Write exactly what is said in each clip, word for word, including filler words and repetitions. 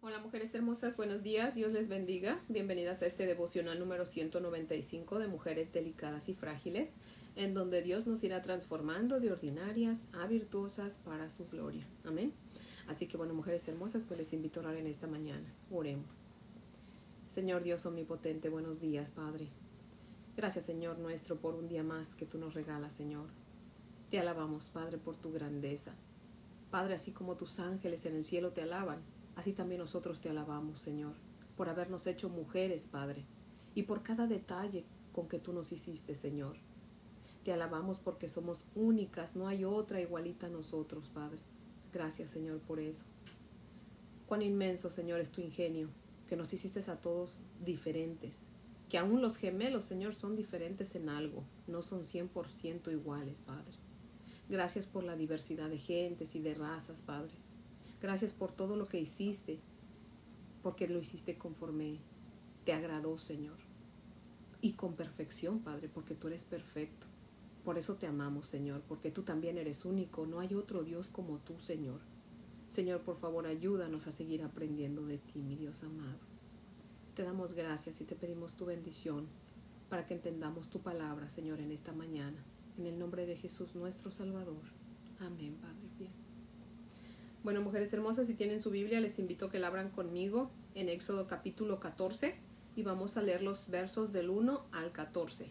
Hola mujeres hermosas, buenos días, Dios les bendiga. Bienvenidas a este devocional número ciento noventa y cinco de Mujeres Delicadas y Frágiles, en donde Dios nos irá transformando de ordinarias a virtuosas para su gloria. Amén. Así que bueno, mujeres hermosas, pues les invito a orar en esta mañana. Oremos. Señor Dios omnipotente, buenos días, Padre. Gracias, Señor nuestro, por un día más que tú nos regalas, Señor. Te alabamos, Padre, por tu grandeza. Padre, así como tus ángeles en el cielo te alaban, así también nosotros te alabamos, Señor, por habernos hecho mujeres, Padre, y por cada detalle con que tú nos hiciste, Señor. Te alabamos porque somos únicas, no hay otra igualita a nosotros, Padre. Gracias, Señor, por eso. Cuán inmenso, Señor, es tu ingenio, que nos hiciste a todos diferentes, que aún los gemelos, Señor, son diferentes en algo, no son cien por ciento iguales, Padre. Gracias por la diversidad de gentes y de razas, Padre. Gracias por todo lo que hiciste, porque lo hiciste conforme te agradó, Señor. Y con perfección, Padre, porque tú eres perfecto. Por eso te amamos, Señor, porque tú también eres único. No hay otro Dios como tú, Señor. Señor, por favor, ayúdanos a seguir aprendiendo de ti, mi Dios amado. Te damos gracias y te pedimos tu bendición para que entendamos tu palabra, Señor, en esta mañana. En el nombre de Jesús, nuestro Salvador. Amén, Padre. Bien. Bueno, mujeres hermosas, si tienen su Biblia, les invito a que la abran conmigo en Éxodo capítulo catorce y vamos a leer los versos del uno al catorce.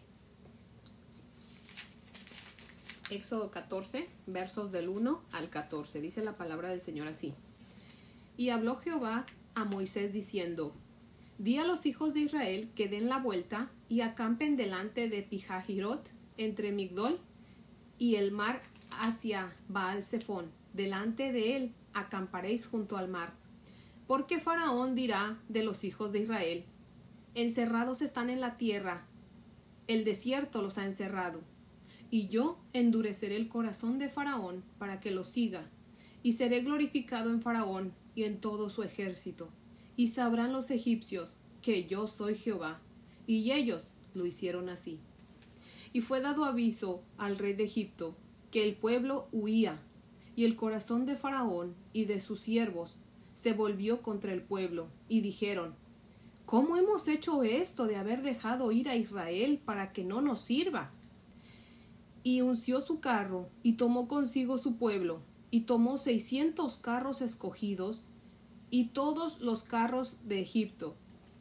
Éxodo catorce, versos del uno al catorce. Dice la palabra del Señor así. Y habló Jehová a Moisés diciendo: Di a los hijos de Israel que den la vuelta y acampen delante de Pijahirot, entre Migdol y el mar hacia Baal-Zephón. Delante de él acamparéis junto al mar. Porque Faraón dirá de los hijos de Israel: Encerrados están en la tierra, el desierto los ha encerrado. Y yo endureceré el corazón de Faraón para que lo siga, y seré glorificado en Faraón y en todo su ejército. Y sabrán los egipcios que yo soy Jehová. Y ellos lo hicieron así. Y fue dado aviso al rey de Egipto que el pueblo huía, y el corazón de Faraón y de sus siervos se volvió contra el pueblo, y dijeron: ¿Cómo hemos hecho esto de haber dejado ir a Israel para que no nos sirva? Y unció su carro, y tomó consigo su pueblo, y tomó seiscientos carros escogidos, y todos los carros de Egipto,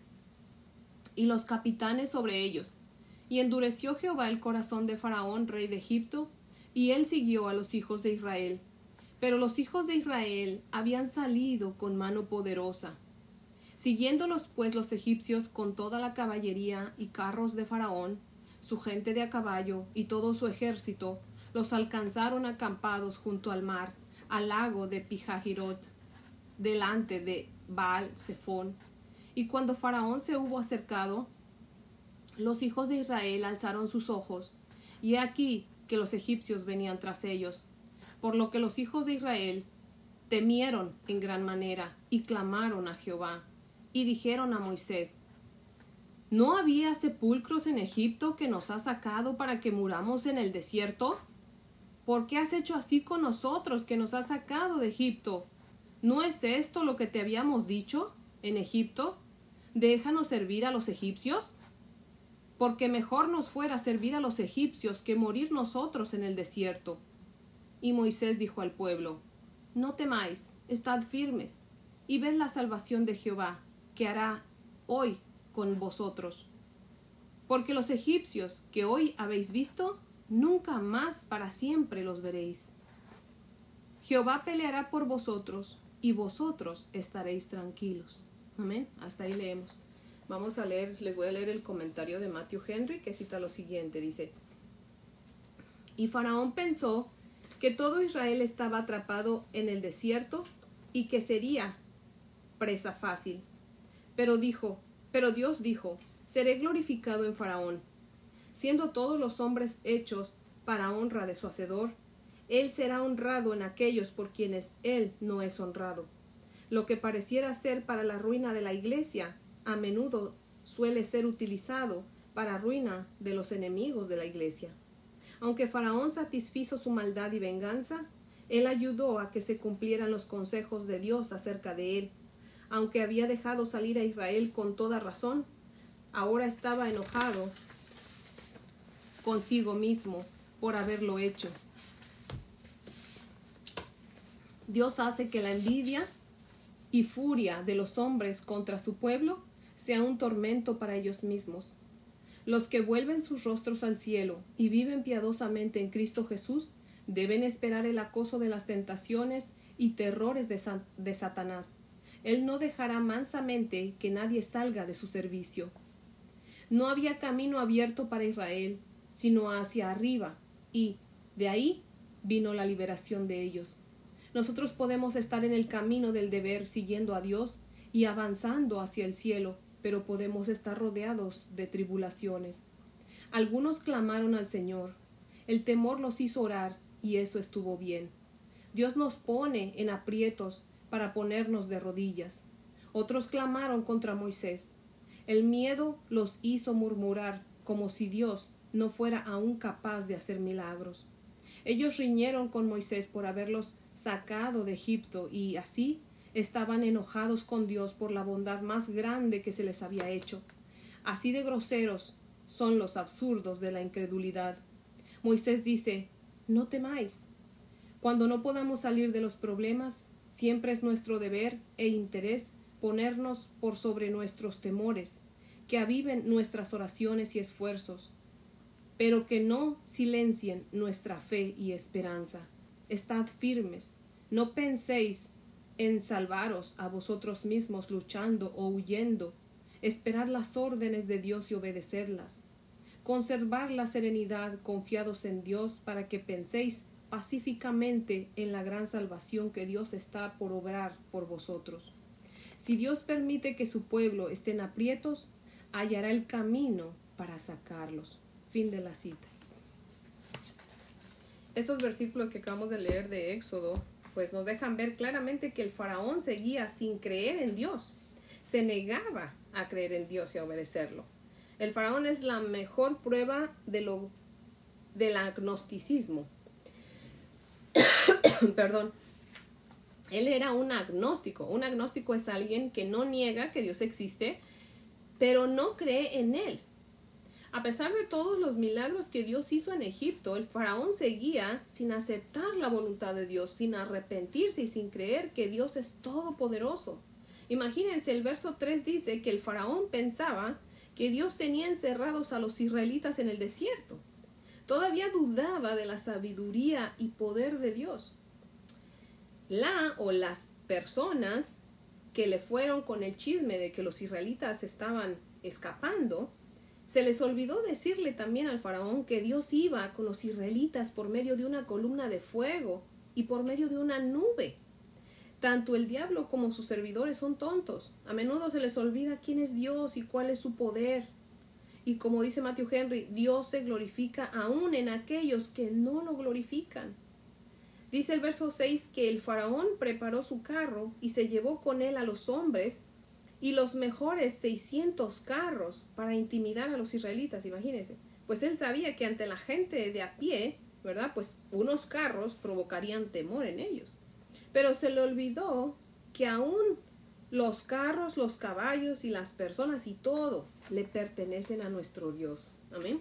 y los capitanes sobre ellos. Y endureció Jehová el corazón de Faraón, rey de Egipto, y él siguió a los hijos de Israel. Pero los hijos de Israel habían salido con mano poderosa. Siguiéndolos pues los egipcios con toda la caballería y carros de Faraón, su gente de a caballo y todo su ejército, los alcanzaron acampados junto al mar, al lago de Pijahirot, delante de Baal-Zephón. Y cuando Faraón se hubo acercado, los hijos de Israel alzaron sus ojos, y he aquí que los egipcios venían tras ellos. Por lo que los hijos de Israel temieron en gran manera y clamaron a Jehová, y dijeron a Moisés: ¿No había sepulcros en Egipto que nos has sacado para que muramos en el desierto? ¿Por qué has hecho así con nosotros que nos has sacado de Egipto? ¿No es esto lo que te habíamos dicho en Egipto? ¿Déjanos servir a los egipcios? Porque mejor nos fuera servir a los egipcios que morir nosotros en el desierto. Y Moisés dijo al pueblo: No temáis, estad firmes, y ved la salvación de Jehová, que hará hoy con vosotros. Porque los egipcios que hoy habéis visto, nunca más para siempre los veréis. Jehová peleará por vosotros, y vosotros estaréis tranquilos. Amén. Hasta ahí leemos. Vamos a leer, les voy a leer el comentario de Matthew Henry, que cita lo siguiente. Dice: Y Faraón pensó que todo Israel estaba atrapado en el desierto y que sería presa fácil. Pero dijo, pero Dios dijo: seré glorificado en Faraón. Siendo todos los hombres hechos para honra de su hacedor, él será honrado en aquellos por quienes él no es honrado. Lo que pareciera ser para la ruina de la iglesia, a menudo suele ser utilizado para ruina de los enemigos de la iglesia. Aunque Faraón satisfizo su maldad y venganza, él ayudó a que se cumplieran los consejos de Dios acerca de él, aunque había dejado salir a Israel con toda razón, ahora estaba enojado consigo mismo por haberlo hecho. Dios hace que la envidia y furia de los hombres contra su pueblo sea un tormento para ellos mismos. Los que vuelven sus rostros al cielo y viven piadosamente en Cristo Jesús deben esperar el acoso de las tentaciones y terrores de, San- de Satanás. Él no dejará mansamente que nadie salga de su servicio. No había camino abierto para Israel, sino hacia arriba, y de ahí vino la liberación de ellos. Nosotros podemos estar en el camino del deber siguiendo a Dios y avanzando hacia el cielo, pero podemos estar rodeados de tribulaciones. Algunos clamaron al Señor. El temor los hizo orar y eso estuvo bien. Dios nos pone en aprietos para ponernos de rodillas. Otros clamaron contra Moisés. El miedo los hizo murmurar como si Dios no fuera aún capaz de hacer milagros. Ellos riñeron con Moisés por haberlos sacado de Egipto y así estaban enojados con Dios por la bondad más grande que se les había hecho. Así de groseros son los absurdos de la incredulidad. Moisés dice: no temáis. Cuando no podamos salir de los problemas, siempre es nuestro deber e interés ponernos por sobre nuestros temores, que aviven nuestras oraciones y esfuerzos, pero que no silencien nuestra fe y esperanza. Estad firmes, no penséis en salvaros a vosotros mismos luchando o huyendo. Esperad las órdenes de Dios y obedecedlas. Conservar la serenidad confiados en Dios para que penséis pacíficamente en la gran salvación que Dios está por obrar por vosotros. Si Dios permite que su pueblo esté en aprietos, hallará el camino para sacarlos. Fin de la cita. Estos versículos que acabamos de leer de Éxodo, pues nos dejan ver claramente que el faraón seguía sin creer en Dios. Se negaba a creer en Dios y a obedecerlo. El faraón es la mejor prueba de lo, del agnosticismo. Perdón. Él era un agnóstico. Un agnóstico es alguien que no niega que Dios existe, pero no cree en él. A pesar de todos los milagros que Dios hizo en Egipto, el faraón seguía sin aceptar la voluntad de Dios, sin arrepentirse y sin creer que Dios es todopoderoso. Imagínense, el verso tres dice que el faraón pensaba que Dios tenía encerrados a los israelitas en el desierto. Todavía dudaba de la sabiduría y poder de Dios. La o las personas que le fueron con el chisme de que los israelitas estaban escapando, se les olvidó decirle también al faraón que Dios iba con los israelitas por medio de una columna de fuego y por medio de una nube. Tanto el diablo como sus servidores son tontos. A menudo se les olvida quién es Dios y cuál es su poder. Y como dice Matthew Henry, Dios se glorifica aún en aquellos que no lo glorifican. Dice el verso seis que el faraón preparó su carro y se llevó con él a los hombres y los mejores seiscientos carros para intimidar a los israelitas, imagínense. Pues él sabía que ante la gente de a pie, ¿verdad? Pues unos carros provocarían temor en ellos. Pero se le olvidó que aún los carros, los caballos y las personas y todo le pertenecen a nuestro Dios. Amén.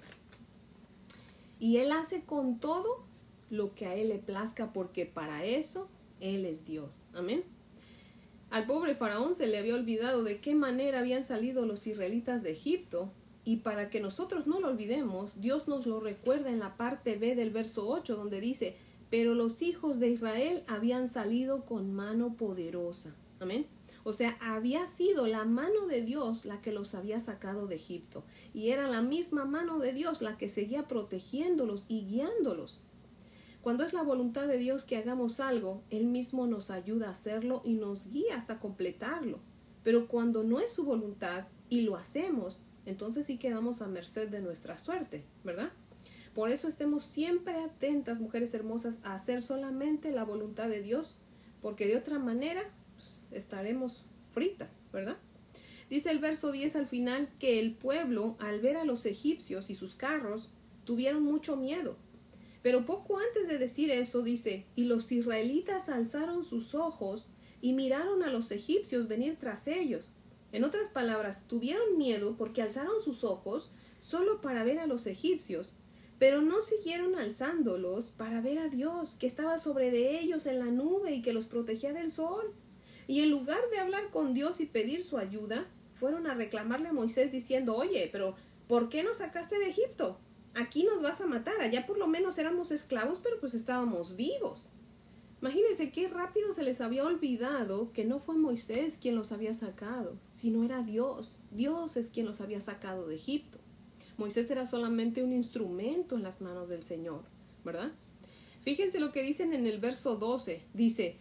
Y él hace con todo lo que a él le plazca, porque para eso él es Dios. Amén. Al pobre faraón se le había olvidado de qué manera habían salido los israelitas de Egipto, y para que nosotros no lo olvidemos, Dios nos lo recuerda en la parte B del verso ocho, donde dice: pero los hijos de Israel habían salido con mano poderosa. Amén. O sea, había sido la mano de Dios la que los había sacado de Egipto, y era la misma mano de Dios la que seguía protegiéndolos y guiándolos. Cuando es la voluntad de Dios que hagamos algo, Él mismo nos ayuda a hacerlo y nos guía hasta completarlo. Pero cuando no es su voluntad y lo hacemos, entonces sí quedamos a merced de nuestra suerte, ¿verdad? Por eso estemos siempre atentas, mujeres hermosas, a hacer solamente la voluntad de Dios, porque de otra manera pues, estaremos fritas, ¿verdad? Dice el verso diez al final que el pueblo, al ver a los egipcios y sus carros, tuvieron mucho miedo. Pero poco antes de decir eso dice: y los israelitas alzaron sus ojos y miraron a los egipcios venir tras ellos. En otras palabras, tuvieron miedo porque alzaron sus ojos solo para ver a los egipcios, pero no siguieron alzándolos para ver a Dios, que estaba sobre de ellos en la nube y que los protegía del sol. Y en lugar de hablar con Dios y pedir su ayuda, fueron a reclamarle a Moisés diciendo, oye, pero ¿por qué nos sacaste de Egipto? Aquí nos vas a matar, allá por lo menos éramos esclavos, pero pues estábamos vivos. Imagínense qué rápido se les había olvidado que no fue Moisés quien los había sacado, sino era Dios. Dios es quien los había sacado de Egipto. Moisés era solamente un instrumento en las manos del Señor, ¿verdad? Fíjense lo que dicen en el verso doce. Dice,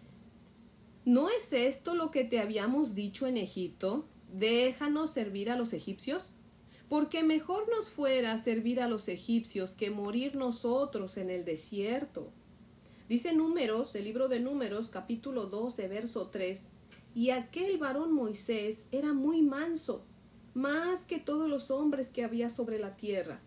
¿no es esto lo que te habíamos dicho en Egipto? Déjanos servir a los egipcios. Porque mejor nos fuera servir a los egipcios que morir nosotros en el desierto. Dice Números, el libro de Números, capítulo doce, verso tres, y aquel varón Moisés era muy manso, más que todos los hombres que había sobre la tierra.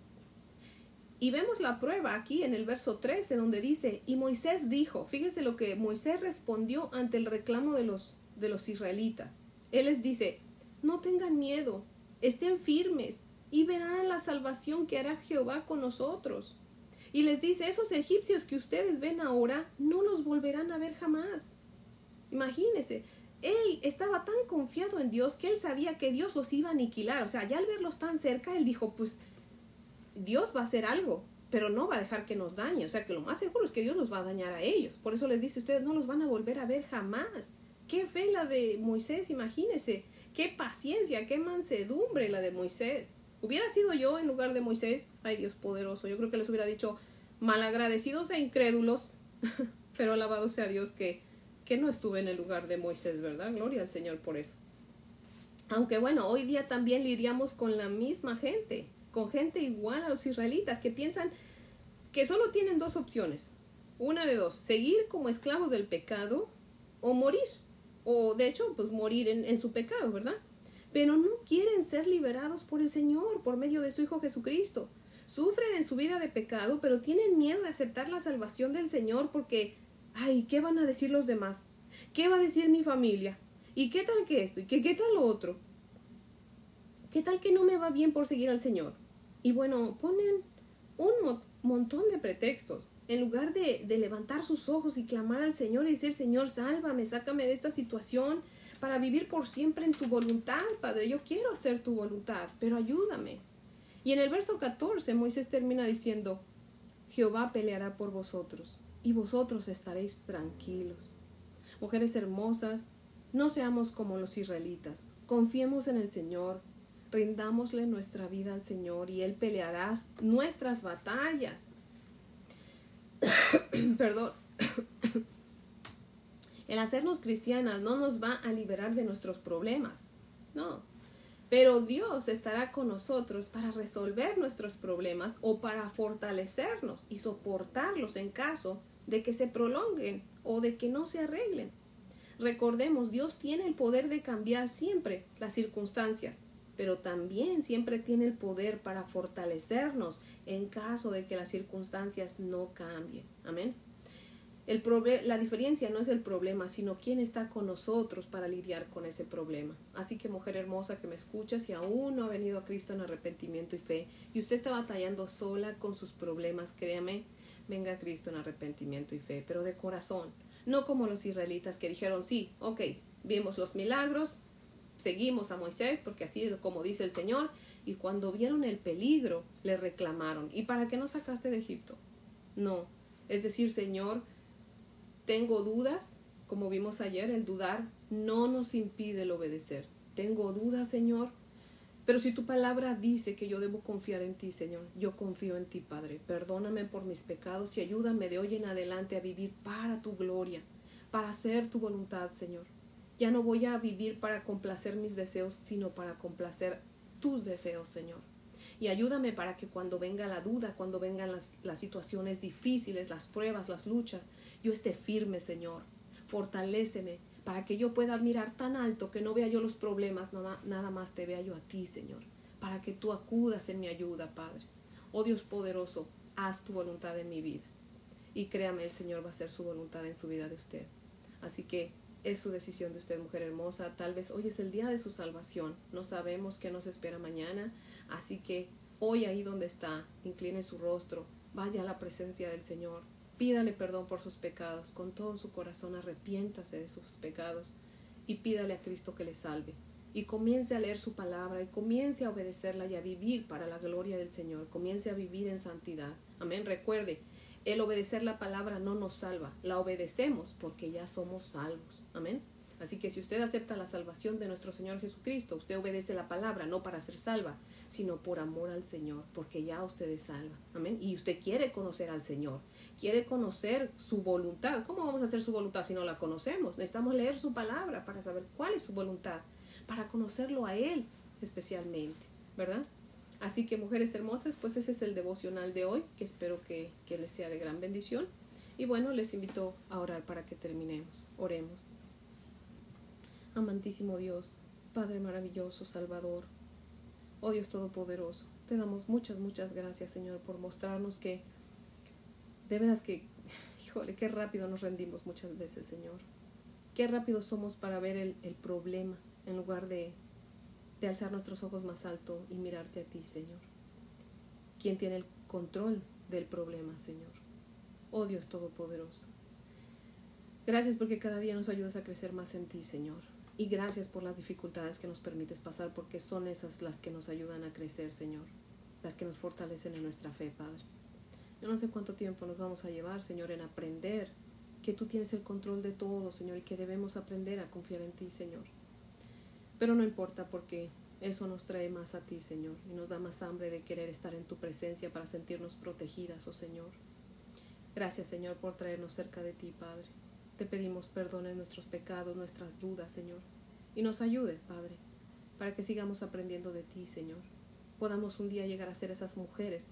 Y vemos la prueba aquí en el verso trece, donde dice, y Moisés dijo, fíjese lo que Moisés respondió ante el reclamo de los, de los israelitas. Él les dice, no tengan miedo, estén firmes y verán la salvación que hará Jehová con nosotros. Y les dice, esos egipcios que ustedes ven ahora, no los volverán a ver jamás. Imagínense, él estaba tan confiado en Dios que él sabía que Dios los iba a aniquilar. O sea, ya al verlos tan cerca, él dijo, pues, Dios va a hacer algo, pero no va a dejar que nos dañe. O sea, que lo más seguro es que Dios los va a dañar a ellos. Por eso les dice, ustedes no los van a volver a ver jamás. Qué fe la de Moisés, imagínense. Qué paciencia, qué mansedumbre la de Moisés. Hubiera sido yo en lugar de Moisés, ay Dios poderoso, yo creo que les hubiera dicho malagradecidos e incrédulos, pero alabado sea Dios que, que no estuve en el lugar de Moisés, ¿verdad? Gloria al Señor por eso. Aunque bueno, hoy día también lidiamos con la misma gente, con gente igual a los israelitas, que piensan que solo tienen dos opciones, una de dos, seguir como esclavos del pecado o morir, o de hecho, pues morir en, en su pecado, ¿verdad? Pero no quieren ser liberados por el Señor, por medio de su Hijo Jesucristo. Sufren en su vida de pecado, pero tienen miedo de aceptar la salvación del Señor porque, ay, ¿qué van a decir los demás? ¿Qué va a decir mi familia? ¿Y qué tal que esto? ¿Y qué, qué tal lo otro? ¿Qué tal que no me va bien por seguir al Señor? Y bueno, ponen un mo- montón de pretextos. En lugar de, de levantar sus ojos y clamar al Señor y decir, Señor, sálvame, sácame de esta situación, para vivir por siempre en tu voluntad, Padre. Yo quiero hacer tu voluntad, pero ayúdame. Y en el verso catorce, Moisés termina diciendo, Jehová peleará por vosotros, y vosotros estaréis tranquilos. Mujeres hermosas, no seamos como los israelitas. Confiemos en el Señor, rindámosle nuestra vida al Señor, y Él peleará nuestras batallas. Perdón. El hacernos cristianas no nos va a liberar de nuestros problemas, no. Pero Dios estará con nosotros para resolver nuestros problemas o para fortalecernos y soportarlos en caso de que se prolonguen o de que no se arreglen. Recordemos, Dios tiene el poder de cambiar siempre las circunstancias, pero también siempre tiene el poder para fortalecernos en caso de que las circunstancias no cambien. Amén. El proble- la diferencia no es el problema, sino quién está con nosotros para lidiar con ese problema. Así que, mujer hermosa que me escucha, si aún no ha venido a Cristo en arrepentimiento y fe, y usted está batallando sola con sus problemas, créame, venga a Cristo en arrepentimiento y fe, pero de corazón, no como los israelitas que dijeron, sí, ok, vimos los milagros, seguimos a Moisés, porque así es como dice el Señor, y cuando vieron el peligro, le reclamaron, ¿y para qué nos sacaste de Egipto? No, es decir, Señor, tengo dudas, como vimos ayer, el dudar no nos impide el obedecer. Tengo dudas, Señor, pero si tu palabra dice que yo debo confiar en ti, Señor, yo confío en ti, Padre. Perdóname por mis pecados y ayúdame de hoy en adelante a vivir para tu gloria, para hacer tu voluntad, Señor. Ya no voy a vivir para complacer mis deseos, sino para complacer tus deseos, Señor. Y ayúdame para que cuando venga la duda, cuando vengan las, las situaciones difíciles, las pruebas, las luchas, yo esté firme, Señor. Fortaléceme para que yo pueda mirar tan alto que no vea yo los problemas, nada, nada más te vea yo a ti, Señor. Para que tú acudas en mi ayuda, Padre. Oh Dios poderoso, haz tu voluntad en mi vida. Y créame, el Señor va a hacer su voluntad en su vida de usted. Así que es su decisión de usted, mujer hermosa. Tal vez hoy es el día de su salvación. No sabemos qué nos espera mañana. Así que hoy ahí donde está, incline su rostro, vaya a la presencia del Señor. Pídale perdón por sus pecados. Con todo su corazón arrepiéntase de sus pecados y pídale a Cristo que le salve. Y comience a leer su palabra y comience a obedecerla y a vivir para la gloria del Señor. Comience a vivir en santidad. Amén. Recuerde, el obedecer la palabra no nos salva. La obedecemos porque ya somos salvos. Amén. Así que si usted acepta la salvación de nuestro Señor Jesucristo, usted obedece la palabra no para ser salva, sino por amor al Señor, porque ya usted es salva. Amén. Y usted quiere conocer al Señor, quiere conocer su voluntad. ¿Cómo vamos a hacer su voluntad si no la conocemos? Necesitamos leer su palabra para saber cuál es su voluntad, para conocerlo a Él especialmente, ¿verdad? Así que, mujeres hermosas, pues ese es el devocional de hoy, que espero que, que les sea de gran bendición. Y bueno, les invito a orar para que terminemos. Oremos. Amantísimo Dios, Padre maravilloso, Salvador, oh Dios todopoderoso, te damos muchas, muchas gracias, Señor, por mostrarnos que, de veras que, híjole, qué rápido nos rendimos muchas veces, Señor. Qué rápido somos para ver el, el problema, en lugar de, de alzar nuestros ojos más alto y mirarte a ti, Señor. ¿Quién tiene el control del problema, Señor? Oh Dios todopoderoso. Gracias porque cada día nos ayudas a crecer más en ti, Señor. Y gracias por las dificultades que nos permites pasar, porque son esas las que nos ayudan a crecer, Señor. Las que nos fortalecen en nuestra fe, Padre. Yo no sé cuánto tiempo nos vamos a llevar, Señor, en aprender que tú tienes el control de todo, Señor, y que debemos aprender a confiar en ti, Señor. Pero no importa, porque eso nos trae más a ti, Señor, y nos da más hambre de querer estar en tu presencia para sentirnos protegidas, oh Señor. Gracias, Señor, por traernos cerca de ti, Padre. Te pedimos perdones nuestros pecados, nuestras dudas, Señor, y nos ayudes, Padre, para que sigamos aprendiendo de ti, Señor. Podamos un día llegar a ser esas mujeres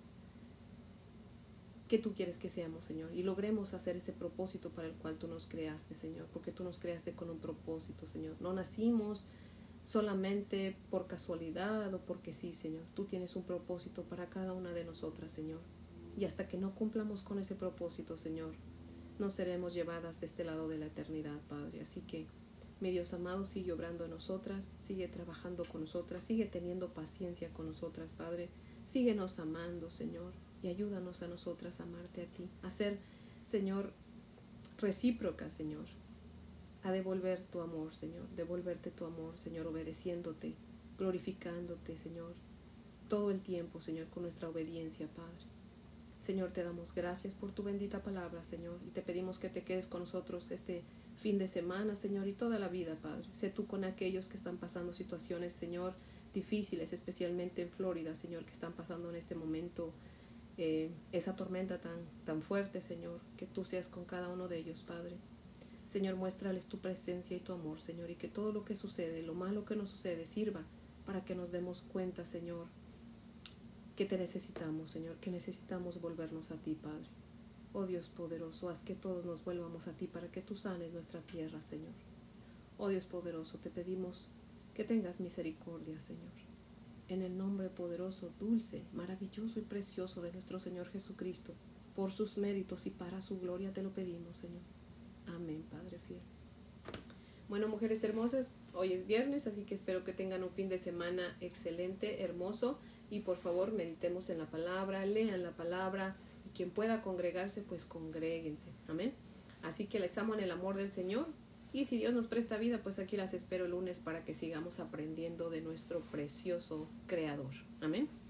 que tú quieres que seamos, Señor, y logremos hacer ese propósito para el cual tú nos creaste, Señor, porque tú nos creaste con un propósito, Señor. No nacimos solamente por casualidad o porque sí, Señor. Tú tienes un propósito para cada una de nosotras, Señor. Y hasta que no cumplamos con ese propósito, Señor, no seremos llevadas de este lado de la eternidad, Padre. Así que, mi Dios amado, sigue obrando en nosotras, sigue trabajando con nosotras, sigue teniendo paciencia con nosotras, Padre. Síguenos amando, Señor, y ayúdanos a nosotras a amarte a ti, a ser, Señor, recíprocas, Señor, a devolver tu amor, Señor, devolverte tu amor, Señor, obedeciéndote, glorificándote, Señor, todo el tiempo, Señor, con nuestra obediencia, Padre. Señor, te damos gracias por tu bendita palabra, Señor, y te pedimos que te quedes con nosotros este fin de semana, Señor, y toda la vida, Padre. Sé tú con aquellos que están pasando situaciones, Señor, difíciles, especialmente en Florida, Señor, que están pasando en este momento eh, esa tormenta tan, tan fuerte, Señor, que tú seas con cada uno de ellos, Padre. Señor, muéstrales tu presencia y tu amor, Señor, y que todo lo que sucede, lo malo que nos sucede, sirva para que nos demos cuenta, Señor, que te necesitamos, Señor, que necesitamos volvernos a ti, Padre. Oh Dios poderoso, haz que todos nos vuelvamos a ti para que tú sanes nuestra tierra, Señor. Oh Dios poderoso, te pedimos que tengas misericordia, Señor. En el nombre poderoso, dulce, maravilloso y precioso de nuestro Señor Jesucristo, por sus méritos y para su gloria te lo pedimos, Señor. Amén, Padre fiel. Bueno, mujeres hermosas, hoy es viernes, así que espero que tengan un fin de semana excelente, hermoso. Y por favor, meditemos en la palabra, lean la palabra, y quien pueda congregarse, pues congréguense. Amén. Así que les amo en el amor del Señor. Y si Dios nos presta vida, pues aquí las espero el lunes para que sigamos aprendiendo de nuestro precioso Creador. Amén.